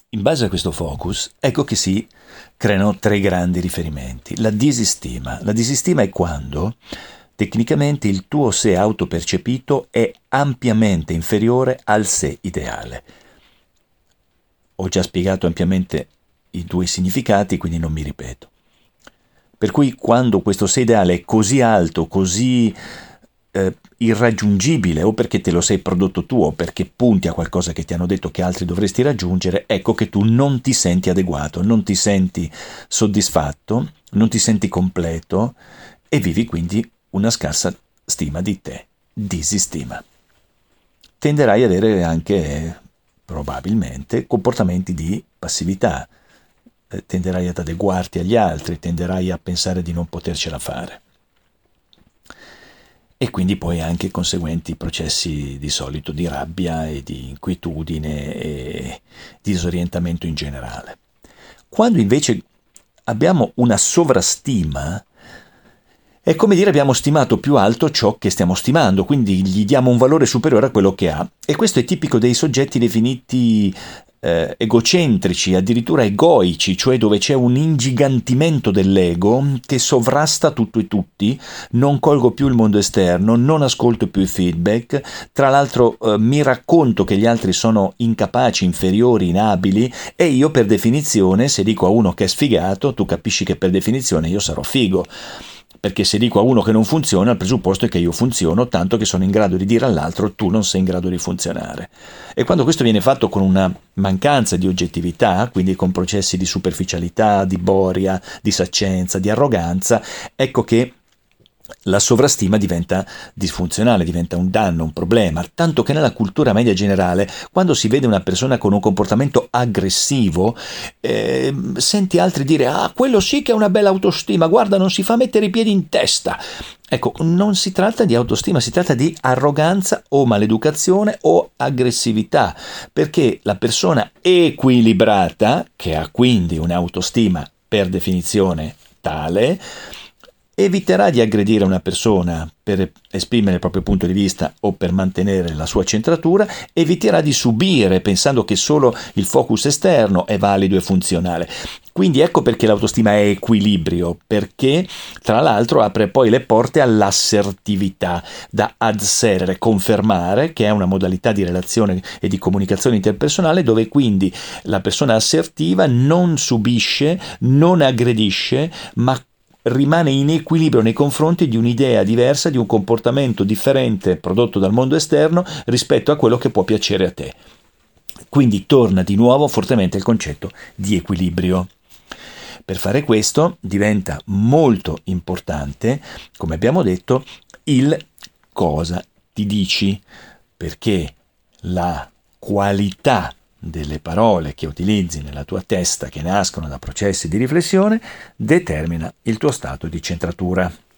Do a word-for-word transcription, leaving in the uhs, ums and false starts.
In base a questo focus, ecco che si creano tre grandi riferimenti. La disistima. La disistima è quando tecnicamente il tuo sé autopercepito è ampiamente inferiore al sé ideale. Ho già spiegato ampiamente i due significati, quindi non mi ripeto. Per cui quando questo sé ideale è così alto, così eh, irraggiungibile, o perché te lo sei prodotto tu, o perché punti a qualcosa che ti hanno detto che altri dovresti raggiungere, ecco che tu non ti senti adeguato, non ti senti soddisfatto, non ti senti completo e vivi quindi una scarsa stima di te, disistima. Tenderai ad avere anche, probabilmente, comportamenti di passività, eh, tenderai ad adeguarti agli altri, tenderai a pensare di non potercela fare. E quindi poi anche conseguenti processi di solito di rabbia e di inquietudine e disorientamento in generale. Quando invece abbiamo una sovrastima, è come dire abbiamo stimato più alto ciò che stiamo stimando, quindi gli diamo un valore superiore a quello che ha. E questo è tipico dei soggetti definiti eh, egocentrici, addirittura egoici, cioè dove c'è un ingigantimento dell'ego che sovrasta tutto e tutti, non colgo più il mondo esterno, non ascolto più i feedback, tra l'altro eh, mi racconto che gli altri sono incapaci, inferiori, inabili, e io per definizione, se dico a uno che è sfigato, tu capisci che per definizione io sarò figo. Perché se dico a uno che non funziona, il presupposto è che io funziono, tanto che sono in grado di dire all'altro tu non sei in grado di funzionare. E quando questo viene fatto con una mancanza di oggettività, quindi con processi di superficialità, di boria, di saccenza, di arroganza, ecco che la sovrastima diventa disfunzionale, diventa un danno, un problema, tanto che nella cultura media generale, quando si vede una persona con un comportamento aggressivo, eh, senti altri dire «Ah, quello sì che è una bella autostima, guarda, non si fa mettere i piedi in testa». Ecco, non si tratta di autostima, si tratta di arroganza o maleducazione o aggressività, perché la persona equilibrata, che ha quindi un'autostima per definizione tale, eviterà di aggredire una persona per esprimere il proprio punto di vista o per mantenere la sua centratura, eviterà di subire pensando che solo il focus esterno è valido e funzionale. Quindi ecco perché l'autostima è equilibrio, perché tra l'altro apre poi le porte all'assertività, da adserere, confermare, che è una modalità di relazione e di comunicazione interpersonale dove quindi la persona assertiva non subisce, non aggredisce, ma rimane in equilibrio nei confronti di un'idea diversa, di un comportamento differente prodotto dal mondo esterno rispetto a quello che può piacere a te. Quindi torna di nuovo fortemente il concetto di equilibrio. Per fare questo diventa molto importante, come abbiamo detto, il cosa ti dici, perché la qualità delle parole che utilizzi nella tua testa, che nascono da processi di riflessione, determina il tuo stato di centratura.